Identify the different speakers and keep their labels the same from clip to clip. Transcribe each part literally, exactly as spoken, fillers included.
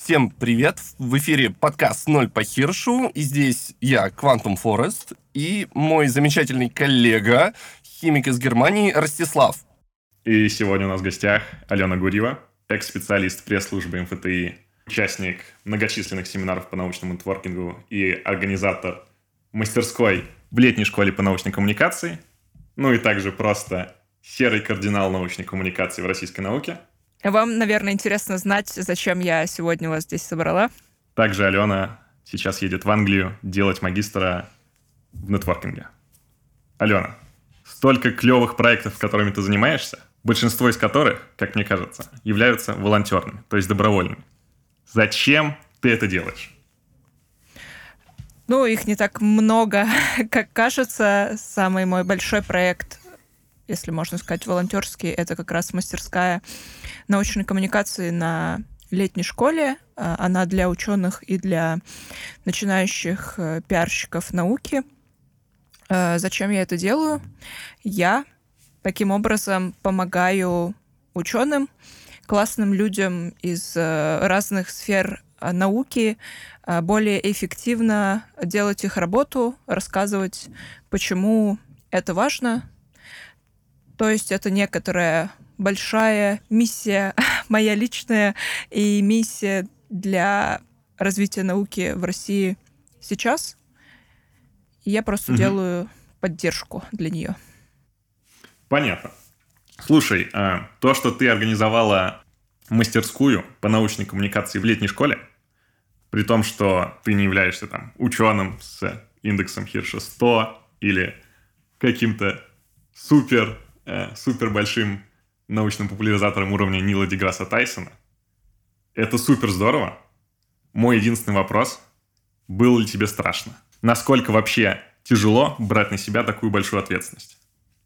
Speaker 1: Всем привет! В эфире подкаст «Ноль по Хиршу». И здесь я, Quantum Forest, и мой замечательный коллега, химик из Германии, Ростислав.
Speaker 2: И сегодня у нас в гостях Алена Гурьева, экс-специалист пресс-службы эм эф тэ и, участник многочисленных семинаров по научному нетворкингу и организатор мастерской в летней школе по научной коммуникации, ну и также просто серый кардинал научной коммуникации в российской науке.
Speaker 3: Вам, наверное, интересно знать, зачем я сегодня вас здесь собрала.
Speaker 2: Также Алена сейчас едет в Англию делать магистра в нетворкинге. Алена, столько клевых проектов, которыми ты занимаешься, большинство из которых, как мне кажется, являются волонтерными, то есть добровольными. Зачем ты это делаешь?
Speaker 3: Ну, их не так много, как кажется. Самый мой большой проект, если можно сказать, волонтерский, это как раз мастерская научной коммуникации на летней школе. Она для ученых и для начинающих пиарщиков науки. Зачем я это делаю? Я таким образом помогаю ученым, классным людям из разных сфер науки более эффективно делать их работу, рассказывать, почему это важно. То есть это некоторая большая миссия, моя личная, и миссия для развития науки в России сейчас. И я просто угу. делаю поддержку для нее.
Speaker 2: Понятно. Слушай, то, что ты организовала мастерскую по научной коммуникации в летней школе, при том, что ты не являешься там ученым с индексом Хирша сто или каким-то супер, э, супер большим научным популяризатором уровня Нила Деграсса Тайсона, это супер здорово. Мой единственный вопрос: было ли тебе страшно? Насколько вообще тяжело брать на себя такую большую ответственность?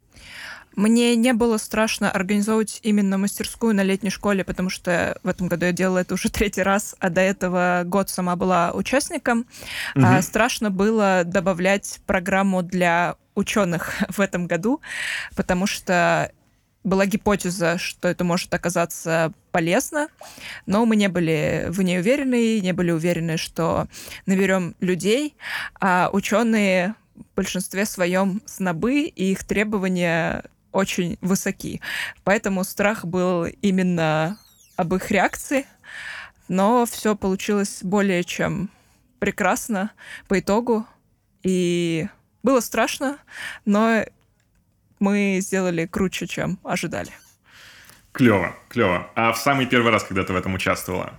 Speaker 3: Мне не было страшно организовывать именно мастерскую на летней школе, потому что в этом году я делала это уже третий раз, а до этого год сама была участником. Угу. А страшно было добавлять программу для ученых в этом году, потому что была гипотеза, что это может оказаться полезно, но мы не были в ней уверены, не были уверены, что наберем людей, а ученые в большинстве своем снобы, и их требования очень высоки. Поэтому страх был именно об их реакции, но все получилось более чем прекрасно по итогу. И было страшно, но мы сделали круче, чем ожидали.
Speaker 2: Клево, клево. А в самый первый раз, когда ты в этом участвовала,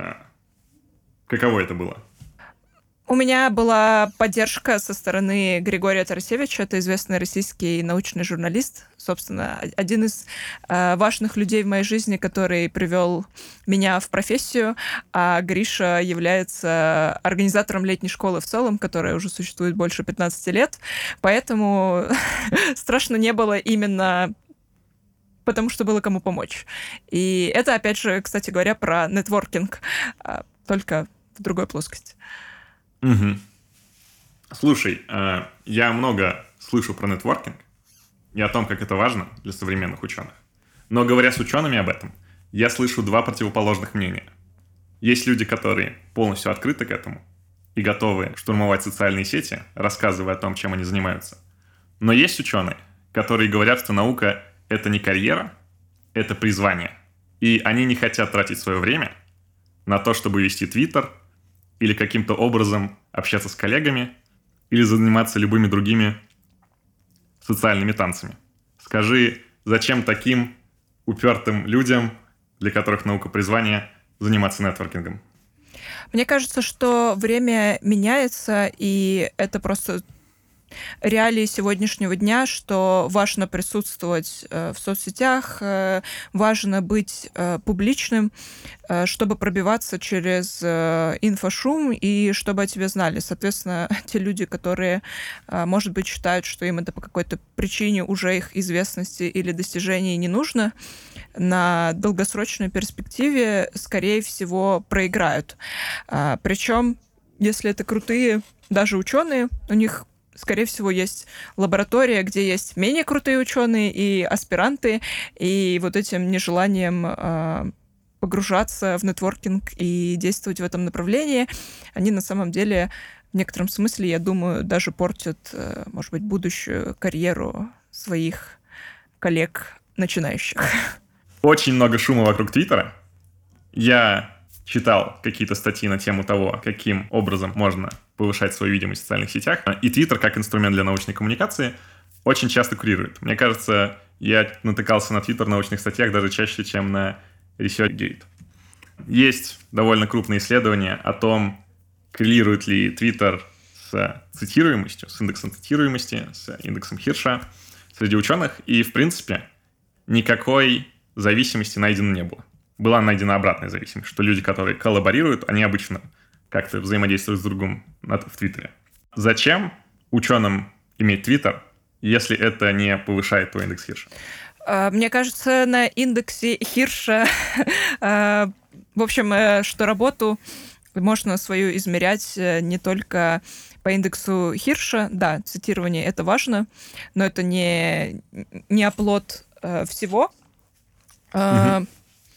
Speaker 2: каково это было?
Speaker 3: У меня была поддержка со стороны Григория Тарасевича, это известный российский научный журналист, собственно, один из э, важных людей в моей жизни, который привел меня в профессию, а Гриша является организатором летней школы в целом, которая уже существует больше пятнадцати лет, поэтому страшно не было именно потому, что было кому помочь. И это, опять же, кстати говоря, про нетворкинг, только в другой плоскости.
Speaker 2: Угу. Слушай, э, я много слышу про нетворкинг и о том, как это важно для современных ученых. Но говоря с учеными об этом, я слышу два противоположных мнения. Есть люди, которые полностью открыты к этому и готовы штурмовать социальные сети, рассказывая о том, чем они занимаются. Но есть ученые, которые говорят, что наука — это не карьера, это призвание. И они не хотят тратить свое время на то, чтобы вести Твиттер, или каким-то образом общаться с коллегами, или заниматься любыми другими социальными танцами. Скажи, зачем таким упертым людям, для которых наука призвание, заниматься нетворкингом?
Speaker 3: Мне кажется, что время меняется, и это просто реалии сегодняшнего дня, что важно присутствовать э, в соцсетях, э, важно быть э, публичным, э, чтобы пробиваться через э, инфошум и чтобы о тебе знали. Соответственно, те люди, которые, э, может быть, считают, что им это по какой-то причине уже их известности или достижений не нужно, на долгосрочной перспективе, скорее всего, проиграют. Э, причем, если это крутые даже ученые, у них скорее всего, есть лаборатория, где есть менее крутые ученые и аспиранты, и вот этим нежеланием э, погружаться в нетворкинг и действовать в этом направлении, они на самом деле в некотором смысле, я думаю, даже портят, может быть, будущую карьеру своих коллег начинающих.
Speaker 2: Очень много шума вокруг Твиттера. Я читал какие-то статьи на тему того, каким образом можно повышать свою видимость в социальных сетях. И Твиттер, как инструмент для научной коммуникации, очень часто курирует. Мне кажется, я натыкался на Твиттер в научных статьях даже чаще, чем на ResearchGate. Есть довольно крупные исследования о том, коррелирует ли Твиттер с цитируемостью, с индексом цитируемости, с индексом Хирша среди ученых. И, в принципе, никакой зависимости найдено не было. Была найдена обратная зависимость, что люди, которые коллаборируют, они обычно как-то взаимодействуют с другом в Твиттере. Зачем ученым иметь Твиттер, если это не повышает твой индекс Хирша?
Speaker 3: Мне кажется, на индексе Хирша, в общем, что работу можно свою измерять не только по индексу Хирша. Да, цитирование — это важно, но это не, не оплот всего. Угу.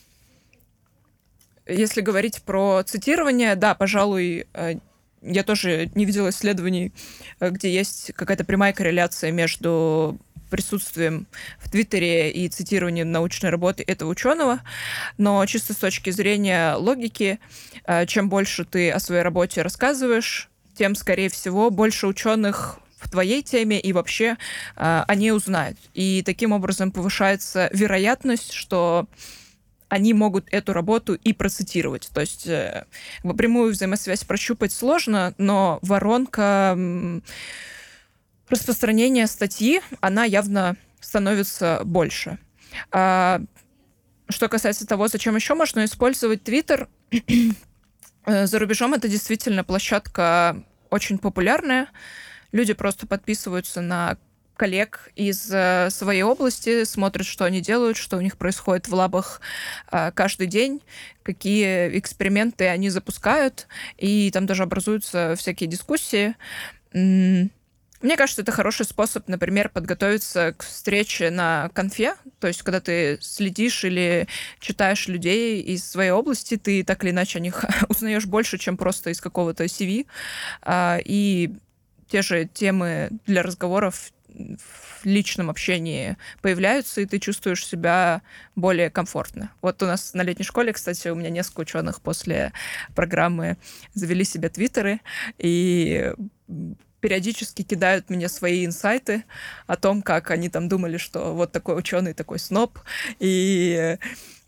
Speaker 3: Если говорить про цитирование, да, пожалуй, я тоже не видела исследований, где есть какая-то прямая корреляция между присутствием в Твиттере и цитированием научной работы этого ученого, но чисто с точки зрения логики, чем больше ты о своей работе рассказываешь, тем, скорее всего, больше ученых в твоей теме и вообще они узнают. И таким образом повышается вероятность, что они могут эту работу и процитировать. То есть э, прямую взаимосвязь прощупать сложно, но воронка м, распространения статьи, она явно становится больше. А, что касается того, зачем еще можно использовать Твиттер, за рубежом это действительно площадка очень популярная. Люди просто подписываются на коллег из э, своей области, смотрят, что они делают, что у них происходит в лабах э, каждый день, какие эксперименты они запускают, и там даже образуются всякие дискуссии. М- Мне кажется, это хороший способ, например, подготовиться к встрече на конфе, то есть когда ты следишь или читаешь людей из своей области, ты так или иначе о них узнаешь больше, чем просто из какого-то си ви, э, и те же темы для разговоров в личном общении появляются, и ты чувствуешь себя более комфортно. Вот у нас на летней школе, кстати, у меня несколько ученых после программы завели себе твиттеры и периодически кидают мне свои инсайты о том, как они там думали, что вот такой ученый, такой сноб, и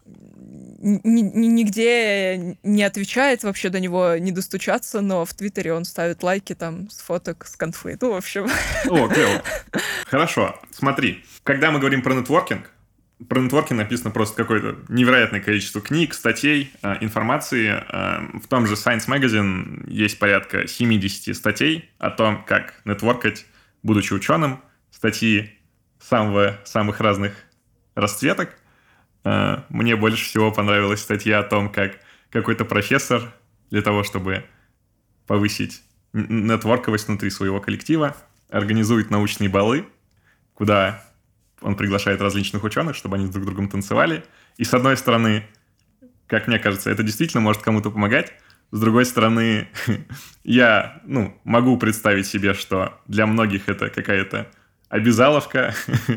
Speaker 3: нигде не отвечает, вообще до него не достучаться, но в Твиттере он ставит лайки там с фоток, с конфы. Ну, в общем...
Speaker 2: О, клево. Хорошо. Смотри, когда мы говорим про нетворкинг, про нетворкинг написано просто какое-то невероятное количество книг, статей, информации. В том же Science Magazine есть порядка семьдесят статей о том, как нетворкать, будучи ученым. Статьи самого, самых разных расцветок. Мне больше всего понравилась статья о том, как какой-то профессор для того, чтобы повысить нетворковость внутри своего коллектива, организует научные балы, куда он приглашает различных ученых, чтобы они друг с другом танцевали. И с одной стороны, как мне кажется, это действительно может кому-то помогать. С другой стороны, я ну, могу представить себе, что для многих это какая-то обязаловка,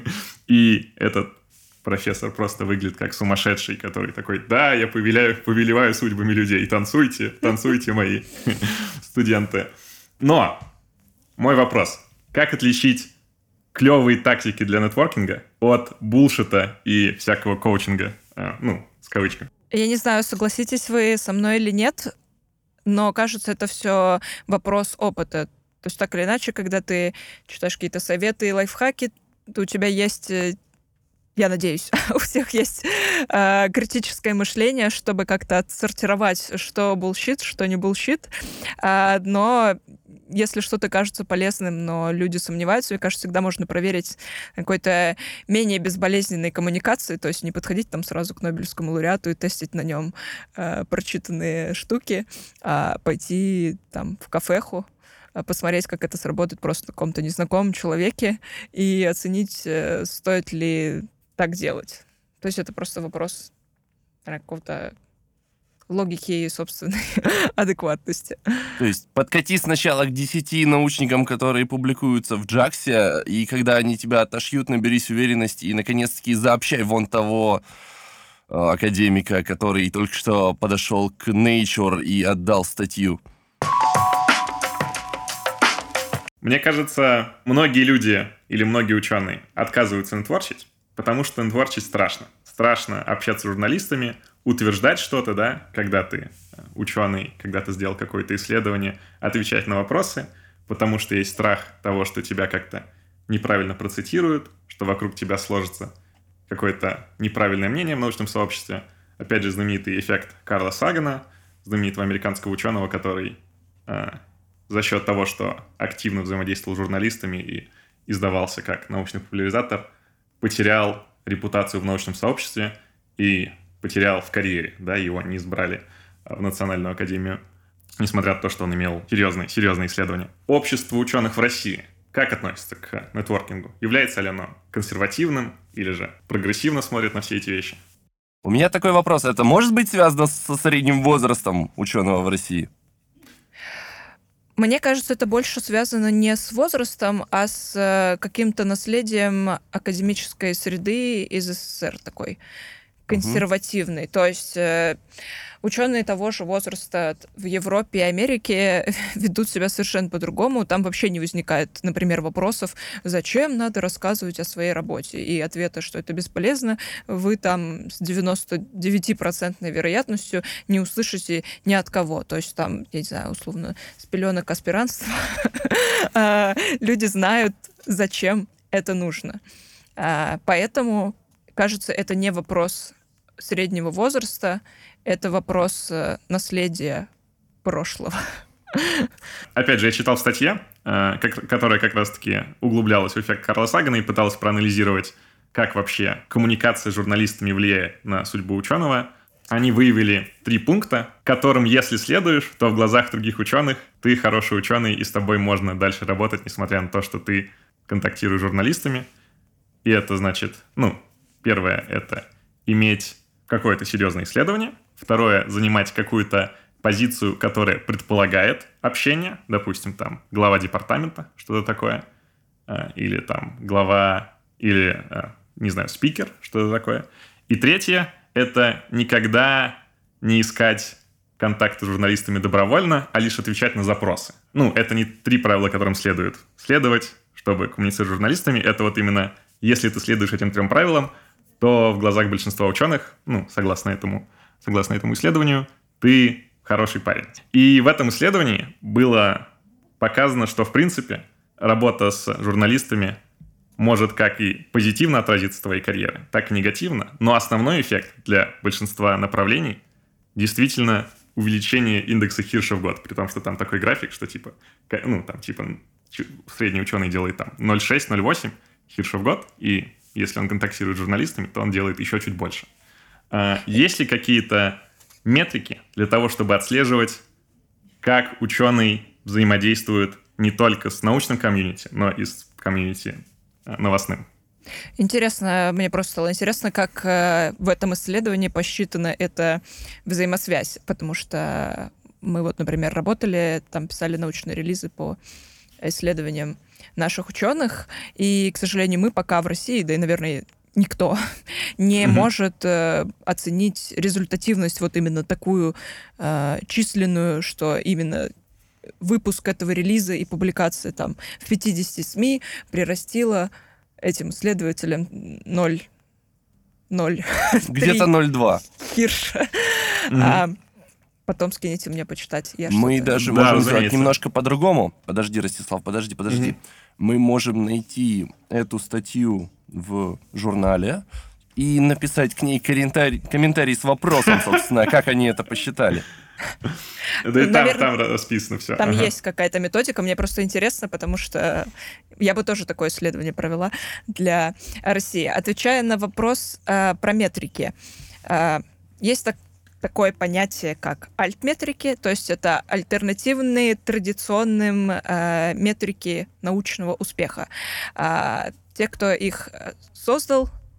Speaker 2: и этот профессор просто выглядит как сумасшедший, который такой: да, я повелеваю, повелеваю судьбами людей, танцуйте, танцуйте, мои студенты. Но мой вопрос: как отличить клевые тактики для нетворкинга от булшита и всякого коучинга, ну, с кавычками?
Speaker 3: Я не знаю, согласитесь вы со мной или нет, но, кажется, это все вопрос опыта. То есть так или иначе, когда ты читаешь какие-то советы и лайфхаки, то у тебя есть... Я надеюсь, у всех есть э, критическое мышление, чтобы как-то отсортировать, что булшит, что не булшит. Э, но если что-то кажется полезным, но люди сомневаются, мне кажется, всегда можно проверить какой-то менее безболезненной коммуникации, то есть не подходить там сразу к Нобелевскому лауреату и тестить на нем э, прочитанные штуки, а пойти там в кафеху, посмотреть, как это сработает просто на каком-то незнакомом человеке и оценить, стоит ли так делать. То есть это просто вопрос какого-то логики и собственной адекватности.
Speaker 1: То есть подкати сначала к десяти научникам, которые публикуются в Джаксе, и когда они тебя отошьют, наберись уверенности и, наконец-таки, заобщай вон того э, академика, который только что подошел к Nature и отдал статью.
Speaker 2: Мне кажется, многие люди или многие ученые отказываются нетворчить, потому что нетворчить страшно. Страшно общаться с журналистами, утверждать что-то, да, когда ты ученый, когда ты сделал какое-то исследование, отвечать на вопросы, потому что есть страх того, что тебя как-то неправильно процитируют, что вокруг тебя сложится какое-то неправильное мнение в научном сообществе. Опять же, знаменитый эффект Карла Сагана, знаменитого американского ученого, который э, за счет того, что активно взаимодействовал с журналистами и издавался как научный популяризатор, потерял репутацию в научном сообществе и потерял в карьере, да, его не избрали в Национальную академию, несмотря на то, что он имел серьезные, серьезные исследования. Общество ученых в России как относится к нетворкингу? Является ли оно консервативным или же прогрессивно смотрит на все эти вещи?
Speaker 1: У меня такой вопрос. Это может быть связано со средним возрастом ученого в России?
Speaker 3: Мне кажется, это больше связано не с возрастом, а с э, каким-то наследием академической среды из СССР такой консервативный. Угу. То есть э, ученые того же возраста в Европе и Америке ведут себя совершенно по-другому. Там вообще не возникает, например, вопросов, зачем надо рассказывать о своей работе, и ответа, что это бесполезно, вы там с девяносто девять процентов вероятностью не услышите ни от кого. То есть там, я не знаю, условно, с пеленок аспирантства люди знают, зачем это нужно. Поэтому, кажется, это не вопрос среднего возраста, это вопрос э, наследия прошлого.
Speaker 2: Опять же, я читал в статье, э, как, которая как раз-таки углублялась в эффект Карла Сагана и пыталась проанализировать, как вообще коммуникация с журналистами влияет на судьбу ученого. Они выявили три пункта, которым, если следуешь, то в глазах других ученых ты хороший ученый, и с тобой можно дальше работать, несмотря на то, что ты контактируешь с журналистами. И это значит, ну, первое — это иметь какое-то серьезное исследование. Второе — занимать какую-то позицию, которая предполагает общение. Допустим, там, глава департамента, что-то такое. Или там глава, или, не знаю, спикер, что-то такое. И третье — это никогда не искать контакты с журналистами добровольно, а лишь отвечать на запросы. Ну, это не три правила, которым следует следовать, чтобы коммуницировать с журналистами. Это вот именно, если ты следуешь этим трем правилам, то в глазах большинства ученых, ну, согласно этому, согласно этому исследованию, ты хороший парень. И в этом исследовании было показано, что, в принципе, работа с журналистами может как и позитивно отразиться в твоей карьере, так и негативно. Но основной эффект для большинства направлений действительно увеличение индекса Хирша в год, при том, что там такой график, что типа, ну, там, типа, средний ученый делает там ноль целых шесть - ноль целых восемь Хирша в год, и если он контактирует с журналистами, то он делает еще чуть больше. Есть ли какие-то метрики для того, чтобы отслеживать, как ученый взаимодействует не только с научным комьюнити, но и с комьюнити новостным?
Speaker 3: Интересно, мне просто стало интересно, как в этом исследовании посчитана эта взаимосвязь, потому что мы вот, например, работали, там писали научные релизы по исследованиям наших ученых, и, к сожалению, мы пока в России, да и, наверное, никто не mm-hmm. может э, оценить результативность вот именно такую э, численную, что именно выпуск этого релиза и публикация там в пятидесяти СМИ прирастила этим исследователям ноль ноль
Speaker 1: где-то ноль целых два
Speaker 3: Хирша. Mm-hmm. А, потом скинете мне почитать. Я
Speaker 1: Мы
Speaker 3: что-то...
Speaker 1: даже
Speaker 2: да,
Speaker 1: можем
Speaker 2: разумеется.
Speaker 1: сделать немножко по-другому. Подожди, Ростислав, подожди, подожди. Mm-hmm. Мы можем найти эту статью в журнале и написать к ней комментарий, комментарий с вопросом, собственно, как они это посчитали.
Speaker 2: Да и там, там расписано все.
Speaker 3: Там ага. есть какая-то методика, мне просто интересно, потому что я бы тоже такое исследование провела для России. Отвечая на вопрос э, про метрики, э, есть так, такое понятие, как альтметрики, то есть это альтернативные традиционным э, метрики научного успеха. Э, те, кто их создал,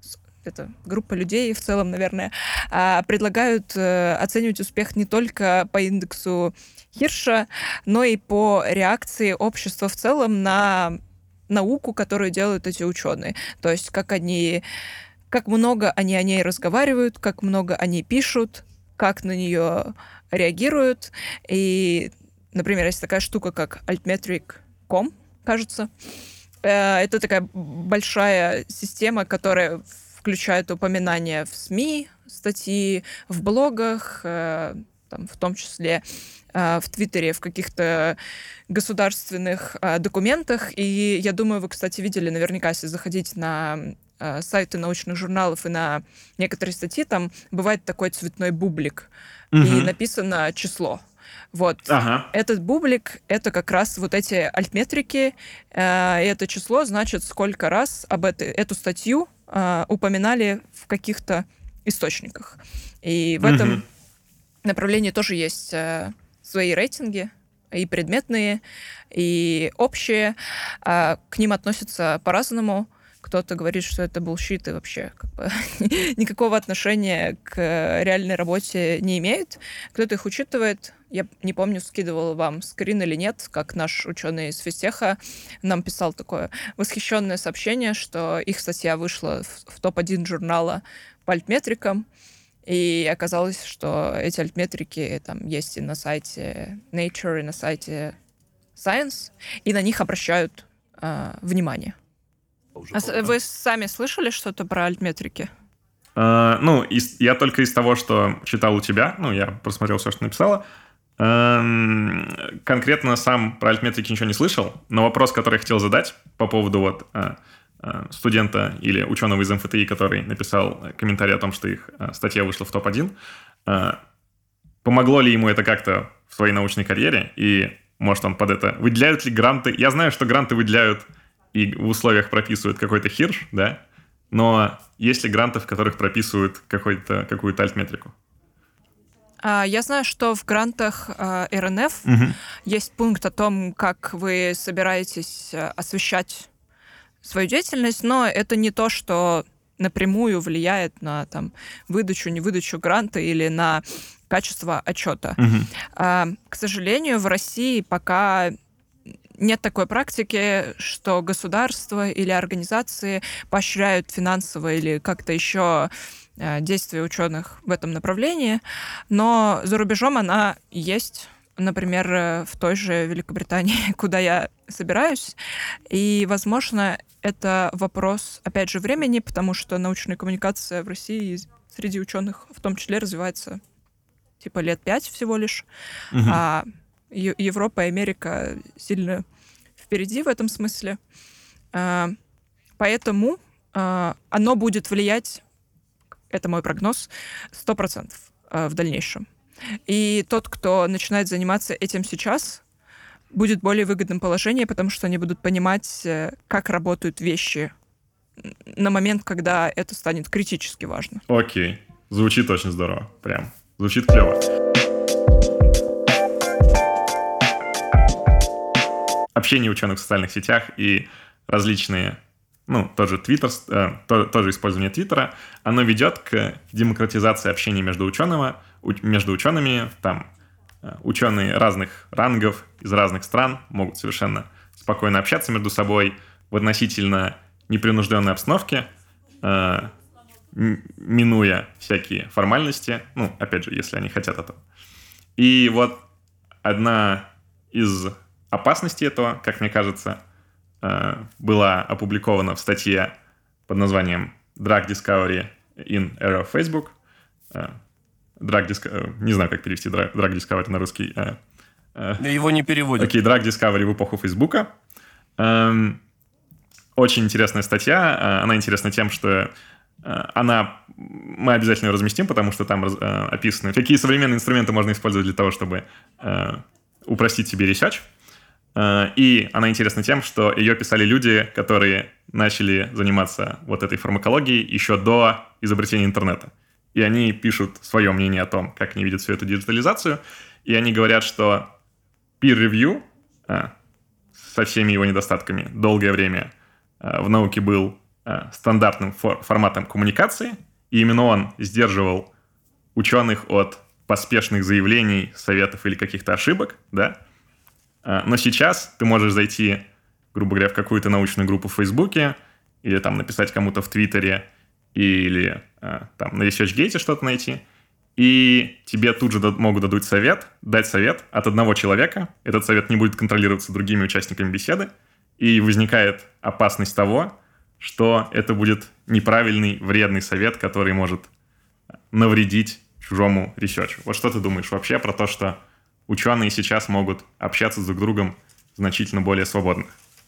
Speaker 3: это группа людей в целом, наверное, предлагают оценивать успех не только по индексу Хирша, но и по реакции общества в целом на науку, которую делают эти ученые. То есть как они, как много они о ней разговаривают, как много они пишут, как на нее реагируют. И, например, есть такая штука, как altmetric точка ком, кажется. Это такая большая система, которая включает упоминания в СМИ, статьи, в блогах, там, в том числе в Твиттере, в каких-то государственных документах. И я думаю, вы, кстати, видели наверняка, если заходить на сайты научных журналов и на некоторые статьи, там бывает такой цветной бублик, угу. и написано число. Вот.
Speaker 2: Ага.
Speaker 3: Этот бублик — это как раз вот эти альтметрики, э, и это число значит, сколько раз об этой, эту статью э, упоминали в каких-то источниках. И в угу. этом направлении тоже есть э, свои рейтинги, и предметные, и общие. Э, к ним относятся по-разному. Кто-то говорит, что это bullshit и вообще как бы никакого отношения к реальной работе не имеет. Кто-то их учитывает. Я не помню, скидывала вам скрин или нет, как наш ученый из физтеха нам писал такое восхищенное сообщение, что их статья вышла в, в топ один журнала по альтметрикам, и оказалось, что эти альтметрики там есть и на сайте Nature, и на сайте Science, и на них обращают э, внимание. А вы сами слышали что-то про альтметрики?
Speaker 2: Uh, ну, из, я только из того, что читал у тебя, ну, я просмотрел все, что написала. Uh, конкретно сам про альтметрики ничего не слышал, но вопрос, который я хотел задать по поводу вот uh, uh, студента или ученого из эм эф тэ и, который написал комментарий о том, что их uh, статья вышла в топ один, uh, помогло ли ему это как-то в своей научной карьере, и, может, он под это... Выделяют ли гранты? Я знаю, что гранты выделяют и в условиях прописывают какой-то хирш, да, но есть ли гранты, в которых прописывают какой-то, какую-то альтметрику?
Speaker 3: Я знаю, что в грантах эр эн эф
Speaker 2: угу.
Speaker 3: есть пункт о том, как вы собираетесь освещать свою деятельность, но это не то, что напрямую влияет на там, выдачу, невыдачу гранта или на качество отчета.
Speaker 2: Угу.
Speaker 3: К сожалению, в России пока... Нет такой практики, что государство или организации поощряют финансово или как-то еще действия ученых в этом направлении, но за рубежом она есть, например, в той же Великобритании, куда я собираюсь, и, возможно, это вопрос, опять же, времени, потому что научная коммуникация в России среди ученых в том числе развивается типа лет пять всего лишь,
Speaker 2: угу.
Speaker 3: а Европа и Америка сильно впереди в этом смысле. Поэтому оно будет влиять, это мой прогноз, сто процентов в дальнейшем. И тот, кто начинает заниматься этим сейчас, будет в более выгодном положении, потому что они будут понимать, как работают вещи на момент, когда это станет критически важно.
Speaker 2: Окей. Звучит очень здорово. Прям. Звучит клево. Общение ученых в социальных сетях и различные, ну, тоже Twitter, э, то, тоже использование Твиттера, оно ведет к демократизации общения между учеными, у, между учеными, там, э, ученые разных рангов из разных стран могут совершенно спокойно общаться между собой в относительно непринужденной обстановке, э, минуя всякие формальности, ну, опять же, если они хотят этого. И вот одна из опасностей этого, как мне кажется, была опубликована в статье под названием Drug Discovery in Era of Facebook. Drug Discovery, не знаю, как перевести Drug Discovery на русский.
Speaker 1: Его не переводят.
Speaker 2: Окей, Drug Discovery в эпоху Фейсбука. Очень интересная статья. Она интересна тем, что она... Мы обязательно ее разместим, потому что там описаны, какие современные инструменты можно использовать для того, чтобы упростить себе research. И она интересна тем, что ее писали люди, которые начали заниматься вот этой фармакологией еще до изобретения интернета. И они пишут свое мнение о том, как они видят всю эту диджитализацию. И они говорят, что peer review со всеми его недостатками долгое время в науке был э, стандартным фор- форматом коммуникации, и именно он сдерживал ученых от поспешных заявлений, советов или каких-то ошибок, да. Э, но сейчас ты можешь зайти, грубо говоря, в какую-то научную группу в Фейсбуке или там написать кому-то в Твиттере или э, там на ResearchGate что-то найти, и тебе тут же дад- могут дадут совет, дать совет от одного человека. Этот совет не будет контролироваться другими участниками беседы, и возникает опасность того, что это будет неправильный, вредный совет, который может навредить чужому ресерчу. Вот что ты думаешь вообще про то, что ученые сейчас могут общаться друг с другом значительно более свободно?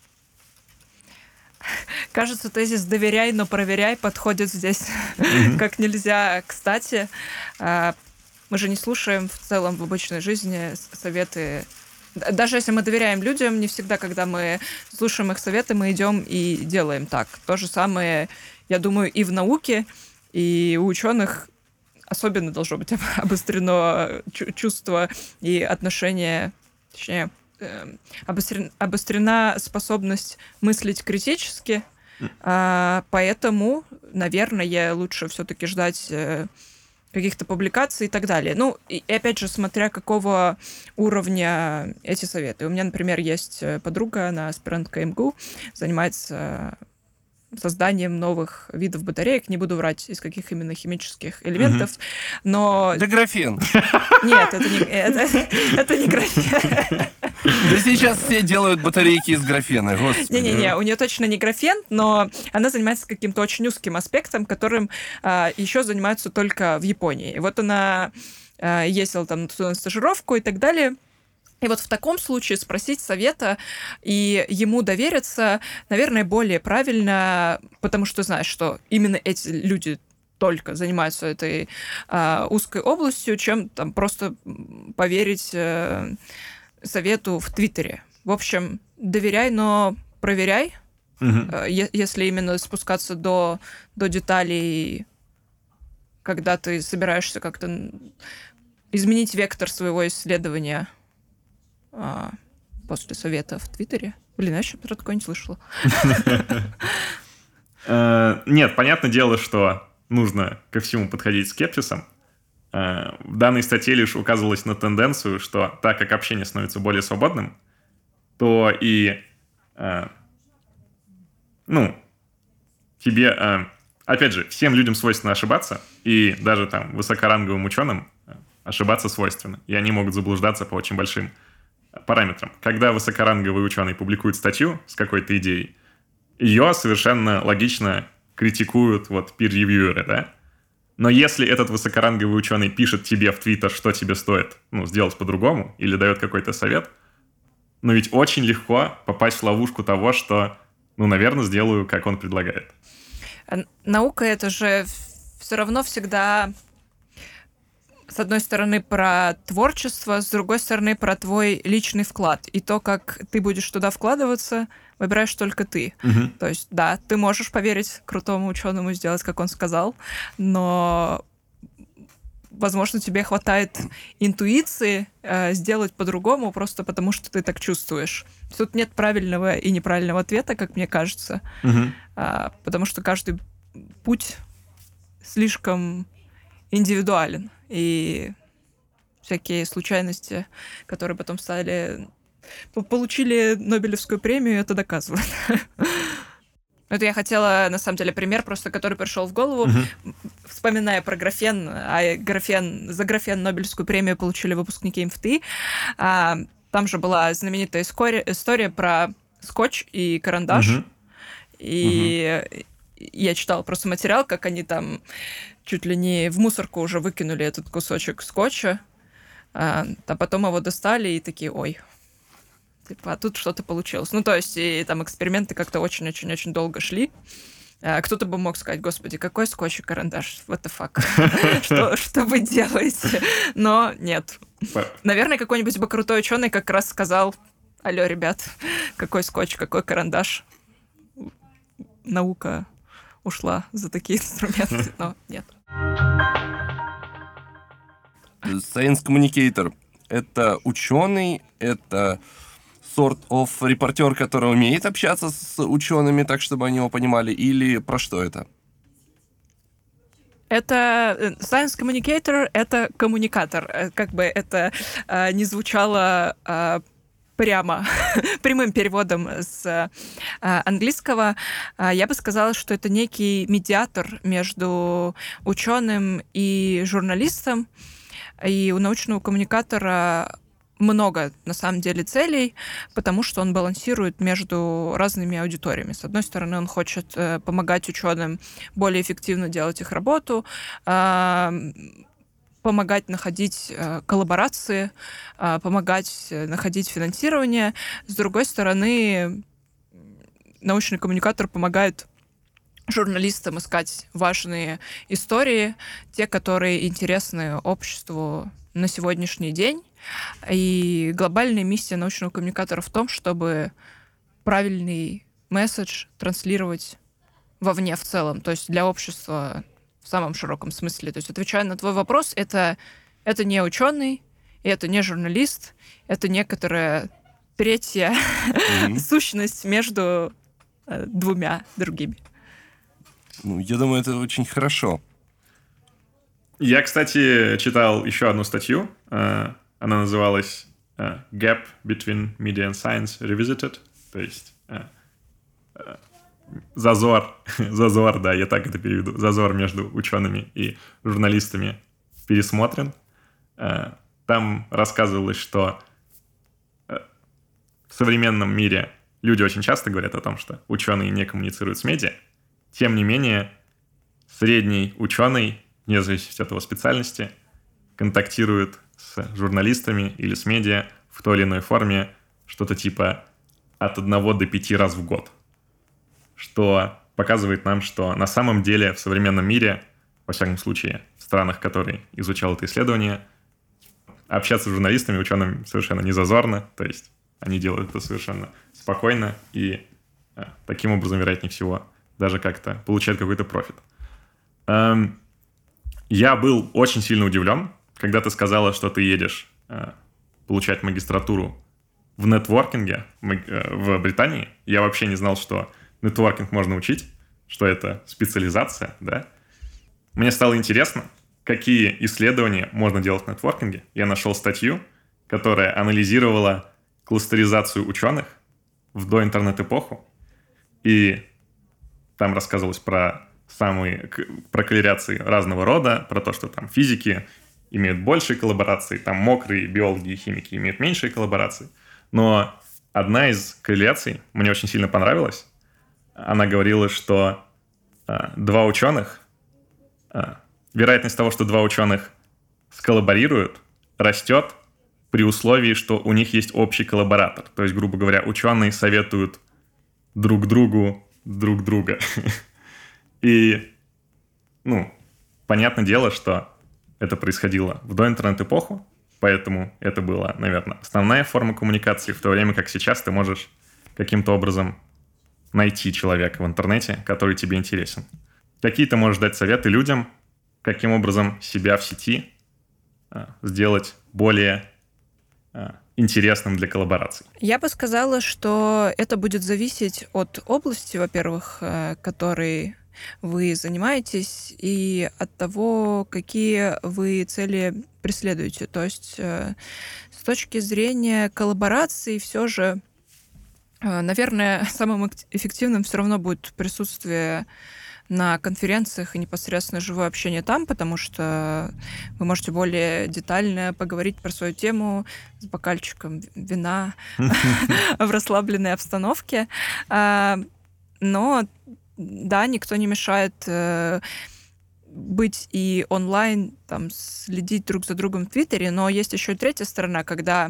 Speaker 3: Кажется, тезис «доверяй, но проверяй» подходит здесь mm-hmm. как нельзя кстати. Мы же не слушаем в целом в обычной жизни советы. Даже если мы доверяем людям, не всегда, когда мы слушаем их советы, мы идем и делаем так. То же самое, я думаю, и в науке, и у ученых особенно должно быть обострено чувство и отношение, точнее, обострена, обострена способность мыслить критически, а, поэтому, наверное, лучше все-таки ждать каких-то публикаций и так далее. Ну, и опять же, смотря какого уровня эти советы. У меня, например, есть подруга, она аспирантка эм гэ у, занимается созданием новых видов батареек. Не буду врать, из каких именно химических элементов, угу. но...
Speaker 1: Да графен.
Speaker 3: Нет, это не, это, это не графен.
Speaker 1: Да сейчас все делают батарейки из графена, господи.
Speaker 3: Не-не-не, у нее точно не графен, но она занимается каким-то очень узким аспектом, которым а, еще занимаются только в Японии. И вот она а, ездила там туда на стажировку и так далее. И вот в таком случае спросить совета и ему довериться, наверное, более правильно, потому что знаешь, что именно эти люди только занимаются этой а, узкой областью, чем там просто поверить а, совету в Твиттере. В общем, доверяй, но проверяй, угу. а, е- если именно спускаться до, до деталей, когда ты собираешься как-то изменить вектор своего исследования а, после совета в Твиттере. Блин, я еще про такое не слышала.
Speaker 2: Нет, понятное дело, что нужно ко всему подходить с скепсисом. В данной статье лишь указывалось на тенденцию, что так как общение становится более свободным, то и, ну, тебе, опять же, всем людям свойственно ошибаться, и даже там высокоранговым ученым ошибаться свойственно, и они могут заблуждаться по очень большим параметрам. Когда высокоранговый ученый публикует статью с какой-то идеей, ее совершенно логично критикуют вот peer-ревьюеры, да? Но если этот высокоранговый ученый пишет тебе в Твиттер, что тебе стоит ну, сделать по-другому, или дает какой-то совет, ну ведь очень легко попасть в ловушку того, что, ну, наверное, сделаю, как он предлагает.
Speaker 3: Наука — это же все равно всегда... С одной стороны, про творчество, с другой стороны, про твой личный вклад. И то, как ты будешь туда вкладываться, выбираешь только ты. Угу. То есть, да, ты можешь поверить крутому ученому, сделать, как он сказал, но, возможно, тебе хватает интуиции э, сделать по-другому, просто потому что ты так чувствуешь. Тут нет правильного и неправильного ответа, как мне кажется, угу. э, потому что каждый путь слишком индивидуален. И всякие случайности, которые потом стали... получили Нобелевскую премию, это доказывает. Это я хотела, на самом деле, пример просто, который пришел в голову, uh-huh. вспоминая про графен, а графен, за графен Нобелевскую премию получили выпускники эм эф тэ и. А, там же была знаменитая история, история про скотч и карандаш. Uh-huh. И... Uh-huh. Я читала просто материал, как они там чуть ли не в мусорку уже выкинули этот кусочек скотча, а, а потом его достали и такие, ой, типа, а тут что-то получилось. Ну, то есть, и там эксперименты как-то очень-очень-очень долго шли. А, кто-то бы мог сказать, господи, какой скотч и карандаш? What the fuck? что, что вы делаете? Но нет. Наверное, какой-нибудь бы крутой ученый как раз сказал, алло, ребят, какой скотч, какой карандаш? Наука ушла за такие инструменты, но нет.
Speaker 1: Science Communicator — это ученый, это sort of репортер, который умеет общаться с учеными так, чтобы они его понимали, или про что это?
Speaker 3: Это science communicator, это коммуникатор. Как бы это э, не звучало э, прямо, прямым переводом с э, английского, э, я бы сказала, что это некий медиатор между ученым и журналистом. И у научного коммуникатора много, на самом деле, целей, потому что он балансирует между разными аудиториями. С одной стороны, он хочет э, помогать ученым более эффективно делать их работу, э, помогать находить э, коллаборации, э, помогать находить финансирование. С другой стороны, научный коммуникатор помогает журналистам искать важные истории, те, которые интересны обществу на сегодняшний день. И глобальная миссия научного коммуникатора в том, чтобы правильный месседж транслировать вовне в целом, то есть для общества в самом широком смысле. То есть, отвечая на твой вопрос, это, это не ученый, это не журналист, это некоторая третья mm-hmm. сущность между э, двумя другими.
Speaker 1: Ну, я думаю, это очень хорошо.
Speaker 2: Я, кстати, читал еще одну статью. Она называлась Gap Between Media and Science Revisited. То есть зазор, зазор, да, я так это переведу, зазор между учеными и журналистами пересмотрен. Там рассказывалось, что в современном мире люди очень часто говорят о том, что ученые не коммуницируют с медиа. Тем не менее, средний ученый, вне зависимости от его специальности, контактирует с журналистами или с медиа в той или иной форме, что-то типа от одного до пяти раз в год. Что показывает нам, что на самом деле в современном мире, во всяком случае, в странах, которые изучал это исследование, общаться с журналистами, учеными совершенно не зазорно, то есть они делают это совершенно спокойно и а, таким образом, вероятнее всего, даже как-то получают какой-то профит. Эм, я был очень сильно удивлен, когда ты сказала, что ты едешь э, получать магистратуру в нетворкинге э, в Британии. Я вообще не знал, что нетворкинг можно учить, что это специализация, да. Мне стало интересно, какие исследования можно делать в нетворкинге. Я нашел статью, которая анализировала кластеризацию ученых в доинтернет-эпоху, и там рассказывалось про самые про корреляции разного рода, про то, что там физики имеют большие коллаборации, там мокрые биологи и химики имеют меньшие коллаборации. Но одна из корреляций мне очень сильно понравилась. Она говорила, что а, два ученых, а, вероятность того, что два ученых сколлаборируют, растет при условии, что у них есть общий коллаборатор. То есть, грубо говоря, ученые советуют друг другу друг друга. И, ну, понятное дело, что это происходило в доинтернет-эпоху, поэтому это была, наверное, основная форма коммуникации, в то время как сейчас ты можешь каким-то образом найти человека в интернете, который тебе интересен. Какие ты можешь дать советы людям, каким образом себя в сети а, сделать более а, интересным для коллабораций?
Speaker 3: Я бы сказала, что это будет зависеть от области, во-первых, которой вы занимаетесь, и от того, какие вы цели преследуете. То есть с точки зрения коллаборации все же, наверное, самым эффективным все равно будет присутствие на конференциях и непосредственно живое общение там, потому что вы можете более детально поговорить про свою тему с бокальчиком вина в расслабленной обстановке. Но да, никто не мешает быть и онлайн, там, следить друг за другом в Твиттере, но есть еще и третья сторона, когда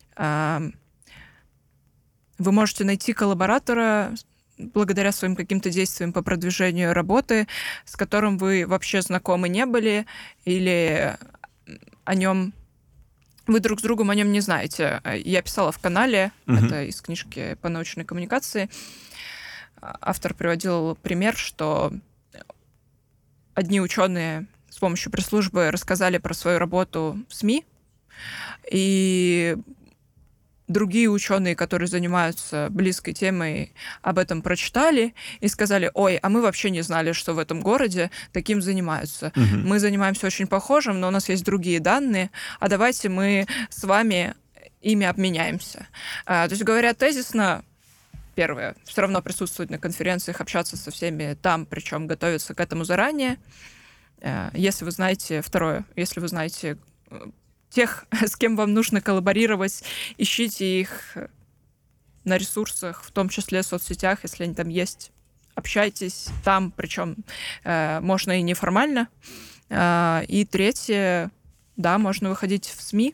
Speaker 3: вы можете найти коллаборатора благодаря своим каким-то действиям по продвижению работы, с которым вы вообще знакомы не были, или о нем вы друг с другом о нем не знаете. Я писала в канале, uh-huh. это из книжки по научной коммуникации. Автор приводил пример, что одни ученые с помощью пресс-службы рассказали про свою работу в СМИ, и другие ученые, которые занимаются близкой темой, об этом прочитали и сказали: ой, а мы вообще не знали, что в этом городе таким занимаются.
Speaker 2: Угу.
Speaker 3: Мы занимаемся очень похожим, но у нас есть другие данные, а давайте мы с вами ими обменяемся. А, то есть, говоря тезисно, первое, все равно присутствовать на конференциях, общаться со всеми там, причем готовиться к этому заранее. А, если вы знаете, второе, если вы знаете тех, с кем вам нужно коллаборировать, ищите их на ресурсах, в том числе в соцсетях, если они там есть. Общайтесь там, причем э, можно и неформально. Э, и третье, да, можно выходить в СМИ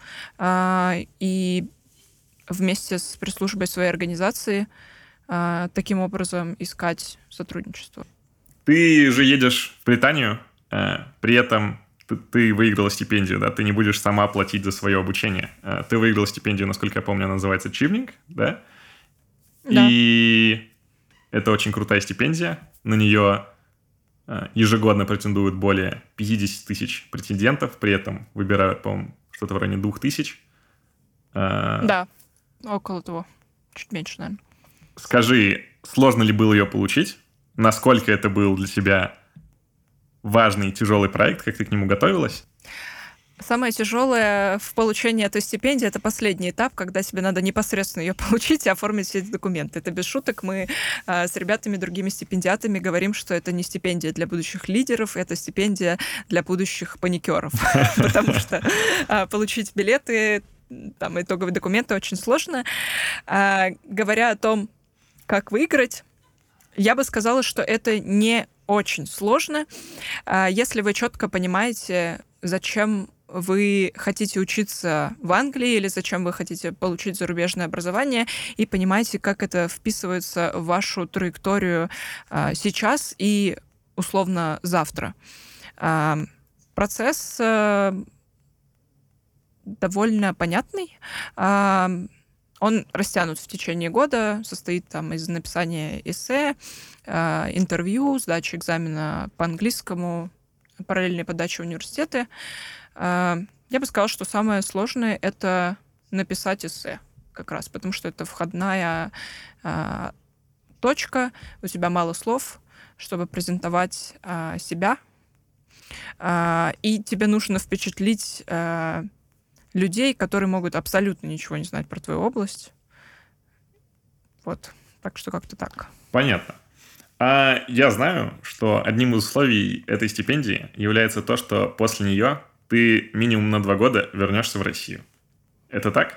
Speaker 3: э, и вместе с пресс-службой своей организации э, таким образом искать сотрудничество.
Speaker 2: Ты же едешь в Британию, э, при этом ты, ты выиграла стипендию, да, ты не будешь сама платить за свое обучение. Э, ты выиграла стипендию, насколько я помню, она называется Чивнинг, да?
Speaker 3: Да.
Speaker 2: И это очень крутая стипендия. На нее э, ежегодно претендуют более пятьдесят тысяч претендентов, при этом выбирают, по-моему, что-то в районе двух тысяч. Э,
Speaker 3: Да, около того. Чуть меньше, наверное.
Speaker 2: Скажи, сложно ли было ее получить? Насколько это был для тебя важный и тяжелый проект? Как ты к нему готовилась?
Speaker 3: Самое тяжелое в получении этой стипендии — это последний этап, когда тебе надо непосредственно ее получить и оформить все эти документы. Это без шуток. Мы э, с ребятами, другими стипендиатами говорим, что это не стипендия для будущих лидеров, это стипендия для будущих паникеров. Потому что получить билеты, там, итоговые документы очень сложно. Говоря о том, как выиграть, я бы сказала, что это не очень сложно, если вы четко понимаете, зачем вы хотите учиться в Англии или зачем вы хотите получить зарубежное образование, и понимаете, как это вписывается в вашу траекторию а, сейчас и, условно, завтра. А, процесс а, довольно понятный. А, он растянут в течение года, состоит там из написания эссе, а, интервью, сдачи экзамена по английскому, параллельной подачи в университеты. Я бы сказала, что самое сложное — это написать эссе как раз, потому что это входная а, точка, у тебя мало слов, чтобы презентовать а, себя, а, и тебе нужно впечатлить а, людей, которые могут абсолютно ничего не знать про твою область. Вот, так что как-то так.
Speaker 2: Понятно. А я знаю, что одним из условий этой стипендии является то, что после нее ты минимум на два года вернешься в Россию. Это так?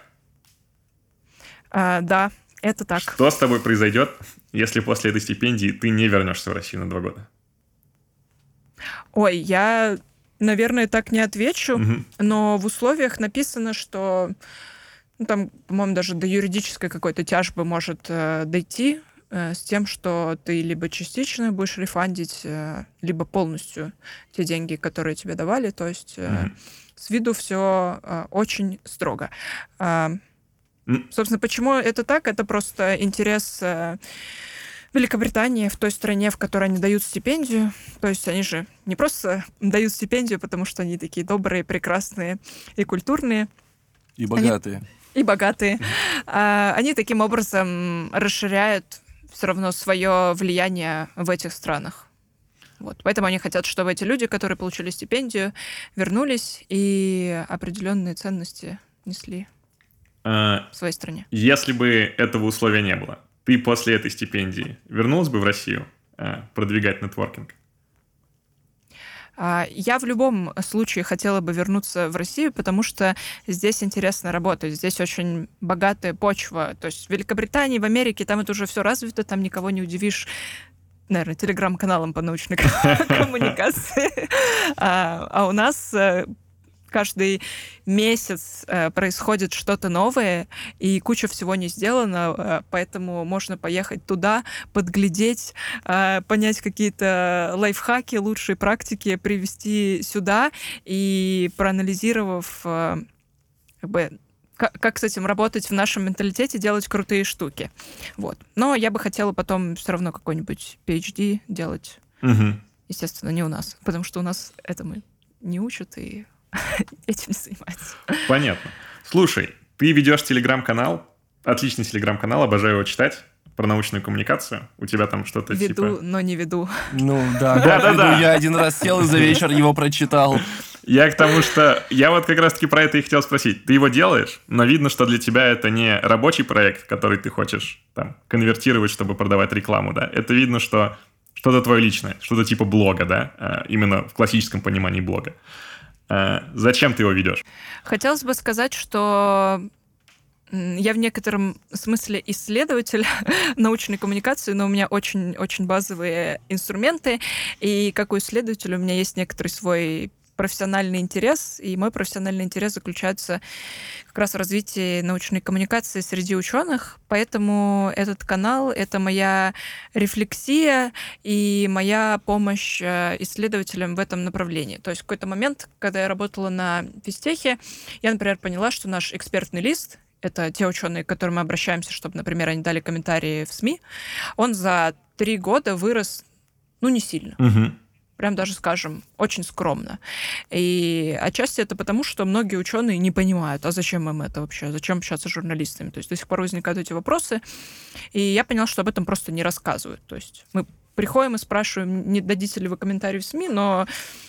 Speaker 3: А, да, это так.
Speaker 2: Что с тобой произойдет, если после этой стипендии ты не вернешься в Россию на два года?
Speaker 3: Ой, я, наверное, так не отвечу,
Speaker 2: Угу.
Speaker 3: но в условиях написано, что ну, там, по-моему, даже до юридической какой-то тяжбы может э, дойти э, с тем, что ты либо частично будешь рефандить, э, либо полностью те деньги, которые тебе давали. То есть э,
Speaker 2: Угу.
Speaker 3: с виду все э, очень строго. А,
Speaker 2: М.
Speaker 3: собственно, почему это так? Это просто интерес э, Великобритании в той стране, в которой они дают стипендию. То есть они же не просто дают стипендию, потому что они такие добрые, прекрасные и культурные,
Speaker 1: И богатые.
Speaker 3: и богатые. А, они таким образом расширяют все равно свое влияние в этих странах. Вот. Поэтому они хотят, чтобы эти люди, которые получили стипендию, вернулись и определенные ценности несли
Speaker 2: А,
Speaker 3: в своей стране.
Speaker 2: если бы этого условия не было, ты после этой стипендии вернулась бы в Россию а, продвигать нетворкинг?
Speaker 3: А, Я в любом случае хотела бы вернуться в Россию, потому что здесь интересно работать, здесь очень богатая почва. То есть в Великобритании, в Америке, там это уже все развито, там никого не удивишь, наверное, телеграм-каналом по научной коммуникации. А а у нас э, каждый месяц э, происходит что-то новое, и куча всего не сделано, э, поэтому можно поехать туда, подглядеть, э, понять какие-то лайфхаки, лучшие практики, привести сюда и, проанализировав, э, как бы, как, как с этим работать в нашем менталитете, делать крутые штуки. Вот. Но я бы хотела потом все равно какой-нибудь пи эйч ди делать.
Speaker 2: Угу.
Speaker 3: Естественно, не у нас, потому что у нас этому не учат и этим не занимаются.
Speaker 2: Понятно. Слушай, Ты ведешь телеграм-канал, отличный телеграм-канал, обожаю его читать, про научную коммуникацию. У тебя там что-то
Speaker 3: Веду,
Speaker 2: типа...
Speaker 3: но не веду.
Speaker 1: Ну да,
Speaker 2: Да,
Speaker 1: как
Speaker 2: да,
Speaker 1: веду,
Speaker 2: да.
Speaker 1: я один раз сел и за вечер его прочитал.
Speaker 2: Я к тому, что я вот как раз-таки про это и хотел спросить. Ты его делаешь, но видно, что для тебя это не рабочий проект, который ты хочешь там конвертировать, чтобы продавать рекламу, да. Это видно, что что-то твое личное, что-то типа блога, да, а, именно в классическом понимании блога. А, зачем ты его ведешь?
Speaker 3: Хотелось бы сказать, что м, я в некотором смысле исследователь научной коммуникации, но у меня очень-очень базовые инструменты, и как у исследователя у меня есть некоторый свой профессиональный интерес, и мой профессиональный интерес заключается как раз в развитии научной коммуникации среди ученых, поэтому этот канал — это моя рефлексия и моя помощь э, исследователям в этом направлении. То есть в какой-то момент, когда я работала на физтехе, я, например, поняла, что наш экспертный лист — это те ученые, к которым мы обращаемся, чтобы, например, они дали комментарии в СМИ, он за три года вырос, ну, не сильно.
Speaker 2: Угу.
Speaker 3: Прям даже, скажем, очень скромно. И отчасти это потому, что многие ученые не понимают, а зачем им это вообще, зачем общаться с журналистами. То есть до сих пор возникают эти вопросы, и я поняла, что об этом просто не рассказывают. То есть мы приходим и спрашиваем, не дадите ли вы комментарий в СМИ, но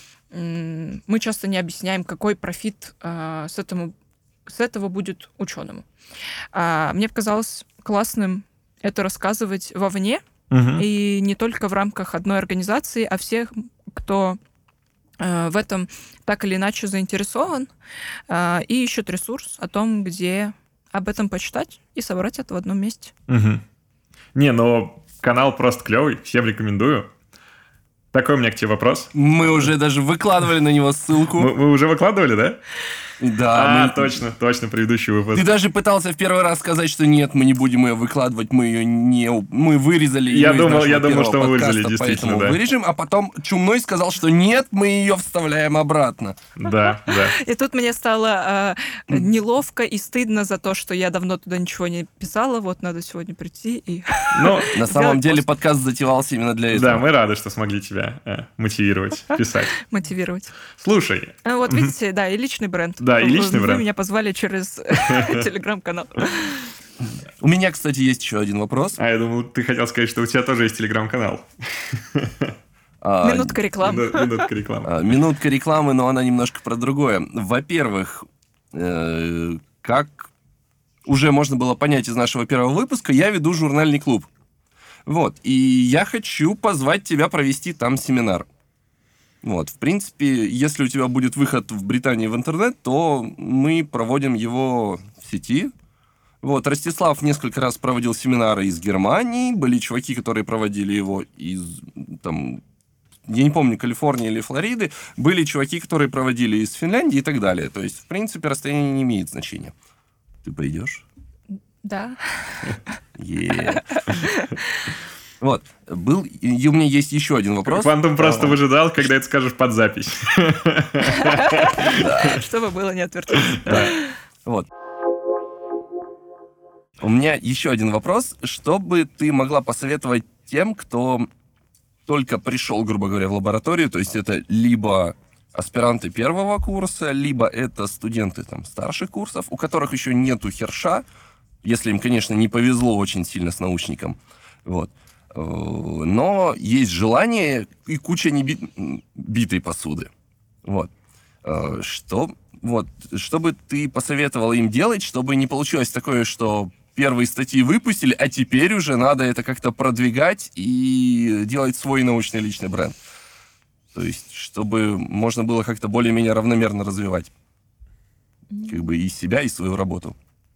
Speaker 3: м- мы часто не объясняем, какой профит а, с, этому, с этого будет ученому. А, мне показалось классным это рассказывать вовне,
Speaker 2: Угу.
Speaker 3: и не только в рамках одной организации, а всех, кто э, в этом так или иначе заинтересован, э, и ищут ресурс о том, где об этом почитать и собрать это в одном месте.
Speaker 2: Угу. Не, ну канал просто клевый, всем рекомендую. Такой у меня к тебе вопрос.
Speaker 1: Мы уже даже выкладывали на него ссылку.
Speaker 2: Мы, мы уже выкладывали, да?
Speaker 1: Да,
Speaker 2: А,
Speaker 1: мы-
Speaker 2: точно, точно, предыдущий выпуск.
Speaker 1: Ты даже пытался в первый раз сказать, что нет, мы не будем ее выкладывать, мы ее не... Мы вырезали
Speaker 2: Я
Speaker 1: ее из
Speaker 2: думал-
Speaker 1: нашего
Speaker 2: я думал,
Speaker 1: первого
Speaker 2: что мы вырезали,
Speaker 1: подкаста,
Speaker 2: действительно,
Speaker 1: поэтому
Speaker 2: да.
Speaker 1: вырежем, а потом Чумной сказал, что нет, мы ее вставляем обратно.
Speaker 2: Да, да.
Speaker 3: И тут мне стало э, неловко и стыдно за то, что я давно туда ничего не писала. Вот надо сегодня прийти и
Speaker 2: Ну,
Speaker 1: На самом
Speaker 3: Сделать
Speaker 1: деле
Speaker 3: пост.
Speaker 1: подкаст затевался именно для этого.
Speaker 2: да, мы рады, что смогли тебя э, мотивировать, писать.
Speaker 3: мотивировать.
Speaker 2: Слушай,
Speaker 3: А Вот видите, да, и личный бренд.
Speaker 2: Да, и
Speaker 3: Вы-
Speaker 2: личный
Speaker 3: Вы
Speaker 2: бренд.
Speaker 3: меня позвали через телеграм-канал.
Speaker 1: У меня, кстати, есть еще один вопрос.
Speaker 2: а я думал, ты хотел сказать, что у тебя тоже есть телеграм-канал.
Speaker 1: А,
Speaker 3: Минутка рекламы.
Speaker 2: Минут- Минутка рекламы.
Speaker 1: а, Минутка рекламы, но она немножко про другое. Во-первых, э, как уже можно было понять из нашего первого выпуска, я веду журнальный клуб. Вот. И я хочу позвать тебя провести там семинар. Вот. В принципе, если у тебя будет выход в Британии в интернет, то мы проводим его в сети. Вот. Ростислав несколько раз проводил семинары из Германии. Были чуваки, которые проводили его из, там, я не помню, Калифорнии или Флориды. Были чуваки, которые проводили из Финляндии и так далее. То есть, в принципе, расстояние не имеет значения. Ты пойдешь?
Speaker 3: Да.
Speaker 1: Е. Вот. Был, и у меня есть еще один вопрос.
Speaker 2: Квантум просто
Speaker 1: А,
Speaker 2: выжидал, когда это скажешь под запись.
Speaker 3: Чтобы было не отвертеться.
Speaker 1: да. Вот. У меня еще один вопрос. Что бы ты могла посоветовать тем, кто только пришел, грубо говоря, в лабораторию, то есть это либо аспиранты первого курса, либо это студенты там, старших курсов, у которых еще нету херша, если им, конечно, не повезло очень сильно с научником. Вот. Э, Но есть желание и куча небитой посуды. Вот. Э, Что, вот, что бы ты посоветовала им делать, чтобы не получилось такое, что первые статьи выпустили, а теперь уже надо это как-то продвигать и делать свой научный личный бренд? То есть, чтобы можно было как-то более-менее равномерно развивать как бы и себя, и свою работу.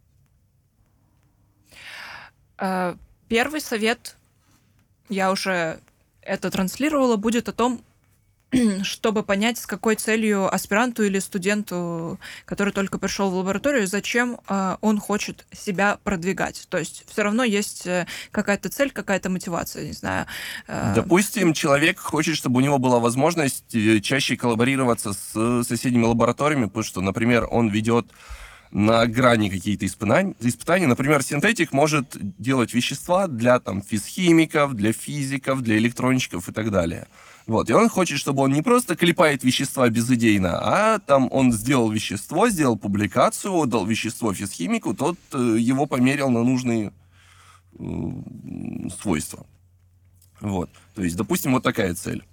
Speaker 3: А, Первый совет, я уже это транслировала, будет о том, чтобы понять, с какой целью аспиранту или студенту, который только пришел в лабораторию, зачем э, он хочет себя продвигать. То есть все равно есть э, какая-то цель, какая-то мотивация, не знаю. э,
Speaker 1: Допустим, человек хочет, чтобы у него была возможность э, чаще коллаборироваться с соседними лабораториями, потому что, например, он ведет на грани какие-то испытания. испытания. Например, синтетик может делать вещества для там, физхимиков, для физиков, для электронщиков и так далее. Вот, и он хочет, чтобы он не просто клепает вещества безыдейно, а там он сделал вещество, сделал публикацию, отдал вещество физхимику, тот э, его померил на нужные э, свойства. Вот, то есть, допустим, вот такая цель.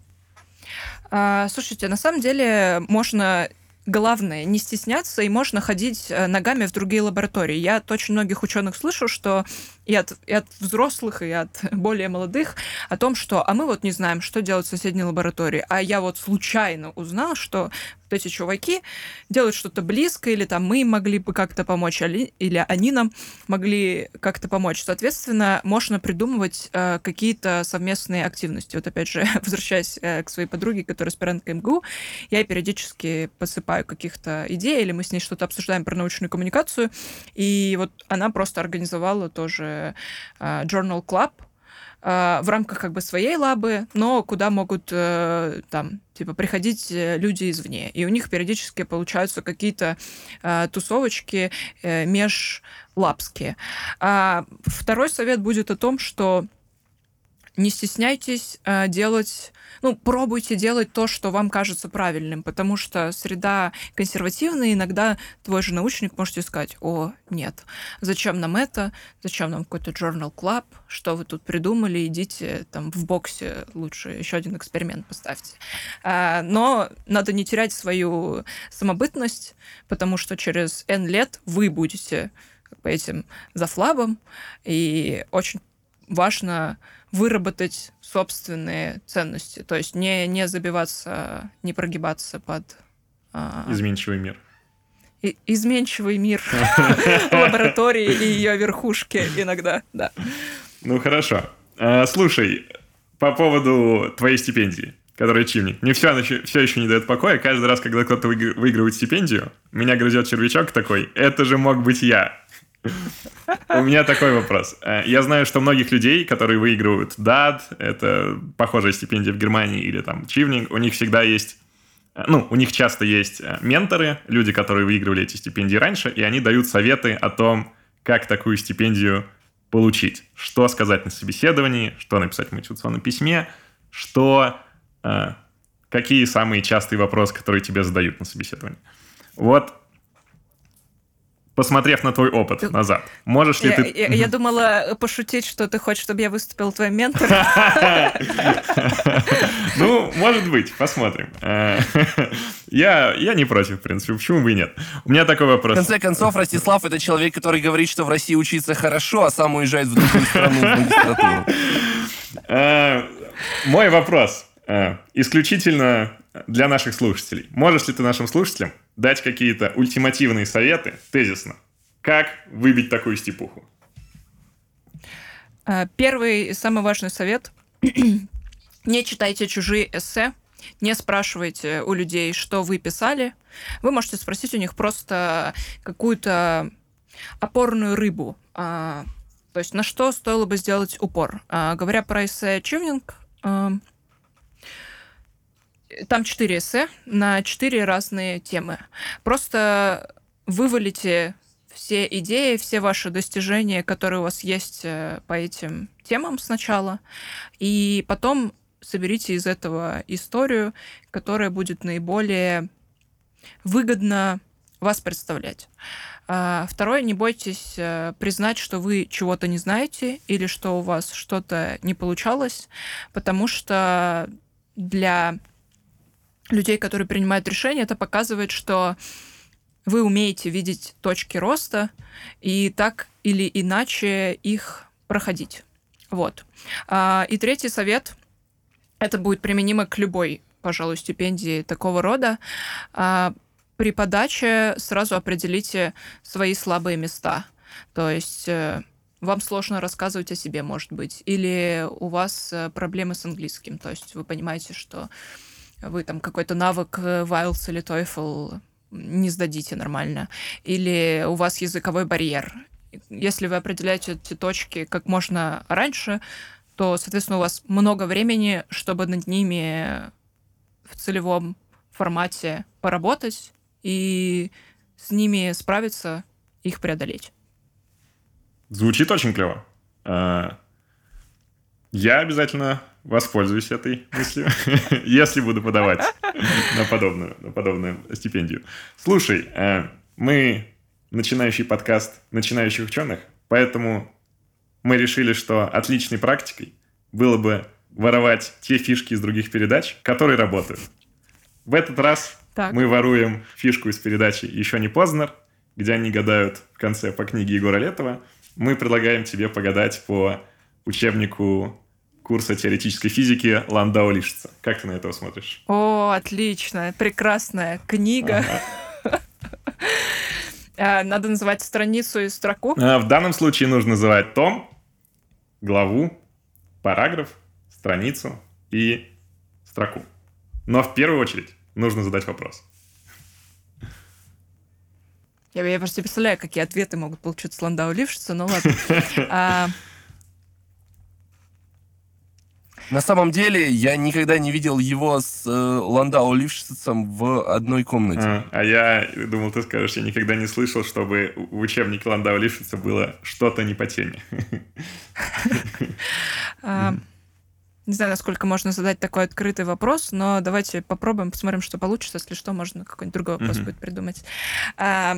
Speaker 3: А, слушайте, на самом деле можно... Главное, не стесняться, и можно ходить ногами в другие лаборатории. Я от очень многих ученых слышу, что и от, и от взрослых, и от более молодых, о том, что а мы вот не знаем, что делать в соседней лаборатории. А я вот случайно узнал, что вот эти чуваки делают что-то близко, или там мы им могли бы как-то помочь, или они нам могли как-то помочь. Соответственно, можно придумывать э, какие-то совместные активности. Вот опять же, возвращаясь э, к своей подруге, которая аспирантка эм гэ у, я периодически посыпаю каких-то идей, или мы с ней что-то обсуждаем про научную коммуникацию, и вот она просто организовала тоже uh, Journal Club uh, в рамках как бы своей лабы, но куда могут uh, там типа приходить люди извне, и у них периодически получаются какие-то uh, тусовочки uh, межлабские. Uh, второй совет будет о том, что не стесняйтесь uh, делать... Ну, пробуйте делать то, что вам кажется правильным, потому что среда консервативная, иногда твой же научник может тебе сказать: о, нет, зачем нам это, зачем нам какой-то journal club, что вы тут придумали, идите там в боксе лучше еще один эксперимент поставьте. Но надо не терять свою самобытность, потому что через N лет вы будете как бы этим зафлабом, и очень важно выработать собственные ценности. То есть не, не забиваться, не прогибаться под... А...
Speaker 2: Изменчивый мир.
Speaker 3: И, изменчивый мир лаборатории и ее верхушки иногда, да.
Speaker 2: Ну, хорошо. Слушай, по поводу твоей стипендии, которая чивник. Мне все, все еще не дает покоя. Каждый раз, когда кто-то выигрывает стипендию, меня грызет червячок такой: это же мог быть я. У меня такой вопрос. Я знаю, что многих людей, которые выигрывают дат, это похожая стипендия в Германии или там Чивник, у них всегда есть, ну, у них часто есть менторы, люди, которые выигрывали эти стипендии раньше, и они дают советы о том, как такую стипендию получить. Что сказать на собеседовании, что написать в мотивационном письме, что... Какие самые частые вопросы, которые тебе задают на собеседовании. Вот, посмотрев на твой опыт ты... назад, можешь ли
Speaker 3: я,
Speaker 2: ты...
Speaker 3: Я, я думала пошутить, что ты хочешь, чтобы я выступил твоим ментором.
Speaker 2: Ну, может быть, посмотрим. Я не против, в принципе, почему бы и нет. У меня такой вопрос.
Speaker 1: В конце концов, Ростислав — это человек, который говорит, что в России учиться хорошо, а сам уезжает в другую страну в магистратуру.
Speaker 2: Мой вопрос исключительно для наших слушателей. Можешь ли ты нашим слушателям дать какие-то ультимативные советы, тезисно, как выбить такую стипуху?
Speaker 3: Первый и самый важный совет – не читайте чужие эссе, не спрашивайте у людей, что вы писали. Вы можете спросить у них просто какую-то опорную рыбу. То есть на что стоило бы сделать упор. Говоря про эссе Чивнинг, там четыре эссе на четыре разные темы. Просто вывалите все идеи, все ваши достижения, которые у вас есть по этим темам сначала, и потом соберите из этого историю, которая будет наиболее выгодно вас представлять. Второе, не бойтесь признать, что вы чего-то не знаете или что у вас что-то не получалось, потому что для людей, которые принимают решения, это показывает, что вы умеете видеть точки роста и так или иначе их проходить. Вот. И третий совет, это будет применимо к любой, пожалуй, стипендии такого рода. При подаче сразу определите свои слабые места. То есть вам сложно рассказывать о себе, может быть, или у вас проблемы с английским. То есть вы понимаете, что вы там какой-то навык ай эл ти эс или TOEFL не сдадите нормально, или у вас языковой барьер. Если вы определяете эти точки как можно раньше, то, соответственно, у вас много времени, чтобы над ними в целевом формате поработать и с ними справиться, их преодолеть.
Speaker 2: Звучит очень клево. Я обязательно воспользуюсь этой мыслью, если буду подавать на подобную, на подобную стипендию. Слушай, э, мы начинающий подкаст начинающих ученых, поэтому мы решили, что отличной практикой было бы воровать те фишки из других передач, которые работают. В этот раз
Speaker 3: Так.
Speaker 2: мы воруем фишку из передачи «Еще не Познер», где они гадают в конце по книге Егора Летова. Мы предлагаем тебе погадать по учебнику курса теоретической физики Ландау-Лишица. Как ты на это смотришь?
Speaker 3: О, отлично. Прекрасная книга. А, Надо называть страницу и строку.
Speaker 2: А, В данном случае нужно называть том, главу, параграф, страницу и строку. Но в первую очередь нужно задать вопрос.
Speaker 3: Я, я просто не представляю, какие ответы могут получиться с Ландау-Лишица, ну ладно. А,
Speaker 1: На самом деле, я никогда не видел его с э, Ландау-Лишицем в одной комнате.
Speaker 2: А, а я думал, ты скажешь, я никогда не слышал, чтобы в учебнике Ландау-Лишица было что-то не по теме.
Speaker 3: а, Не знаю, насколько можно задать такой открытый вопрос, но давайте попробуем, посмотрим, что получится. Если что, можно какой-нибудь другой вопрос
Speaker 2: Мгм.
Speaker 3: будет придумать. А,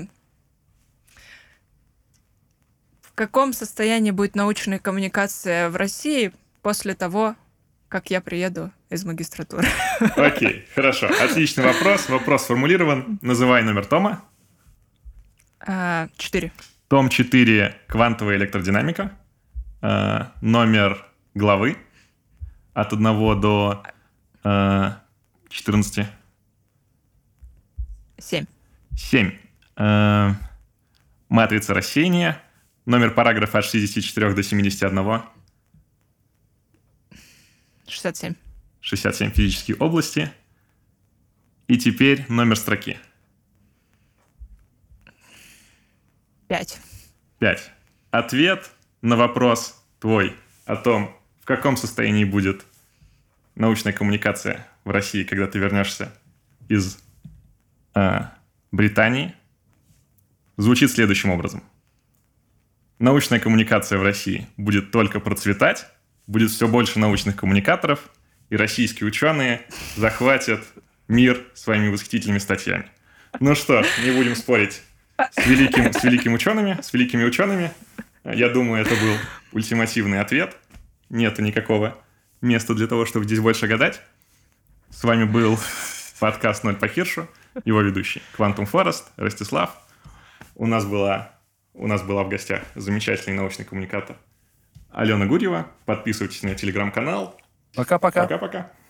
Speaker 3: В каком состоянии будет научная коммуникация в России после того, как я приеду из магистратуры?
Speaker 2: Окей, хорошо. Отличный вопрос. Вопрос сформулирован. Называй номер тома.
Speaker 3: А, Четыре.
Speaker 2: Том четыре. Квантовая электродинамика. Э, Номер главы. От одного до э, четырнадцати.
Speaker 3: Семь.
Speaker 2: семь. Э, Матрица рассеяния. Номер параграфа от шестидесяти четырёх до семидесяти одного.
Speaker 3: Шестьдесят семь.
Speaker 2: шестьдесят семь физические области. И теперь номер строки.
Speaker 3: Пять.
Speaker 2: пять. Ответ на вопрос твой о том, в каком состоянии будет научная коммуникация в России, когда ты вернешься из э, Британии, звучит следующим образом. Научная коммуникация в России будет только процветать, будет все больше научных коммуникаторов, и российские ученые захватят мир своими восхитительными статьями. Ну что, не будем спорить с, великим, с великими учеными, с великими учеными. Я думаю, это был ультимативный ответ. Нету никакого места для того, чтобы здесь больше гадать. С вами был подкаст «Ноль по Хиршу», его ведущий Quantum Forest, Ростислав. У нас была, у нас была в гостях замечательный научный коммуникатор Алена Гурьева. Подписывайтесь на телеграм-канал.
Speaker 1: Пока-пока.
Speaker 2: Пока-пока.